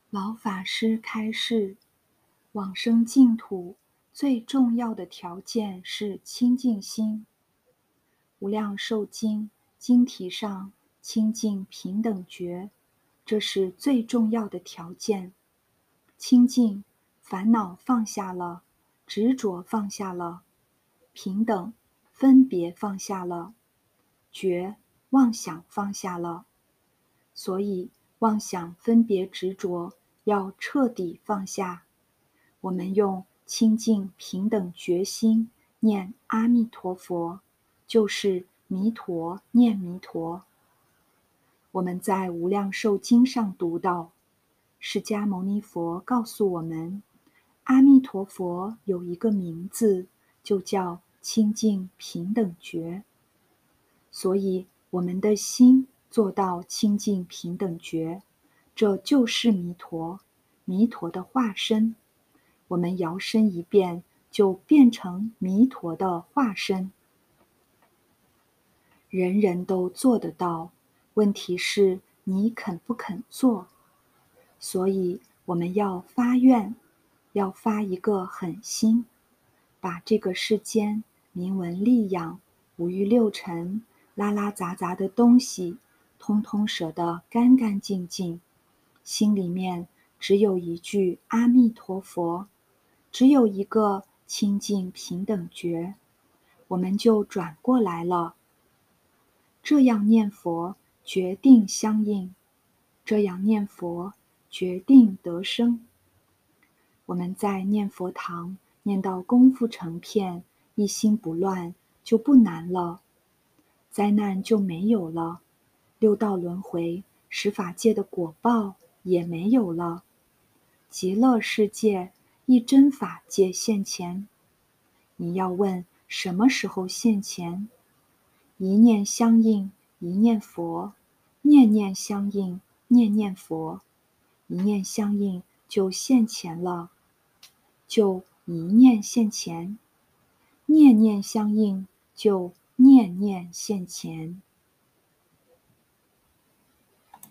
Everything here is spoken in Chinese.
老法师开示，往生净土最重要的条件是清净心。无量寿经经题上清净平等觉，这是最重要的条件。清净，烦恼放下了，执着放下了，平等，分别放下了，觉，妄想放下了。所以妄想分别执着要彻底放下。我们用清净平等觉心念阿弥陀佛，就是弥陀念弥陀。我们在无量寿经上读到，释迦牟尼佛告诉我们，阿弥陀佛有一个名字，就叫清净平等觉。所以我们的心做到清净平等觉，这就是弥陀，弥陀的化身。我们摇身一变，就变成弥陀的化身。人人都做得到，问题是你肯不肯做。所以我们要发愿，要发一个狠心，把这个世间名闻利养、五欲六尘、拉拉杂杂的东西，通通舍得干干净净，心里面只有一句阿弥陀佛，只有一个清净平等觉，我们就转过来了。这样念佛，决定相应；这样念佛，决定得生。我们在念佛堂念到功夫成片，一心不乱，就不难了，灾难就没有了，六道轮回、十法界的果报也没有了，极乐世界一真法界现前。你要问什么时候现前？一念相应，一念佛；念念相应，念念佛。一念相应就现前了，就一念现前；念念相应就念念现前。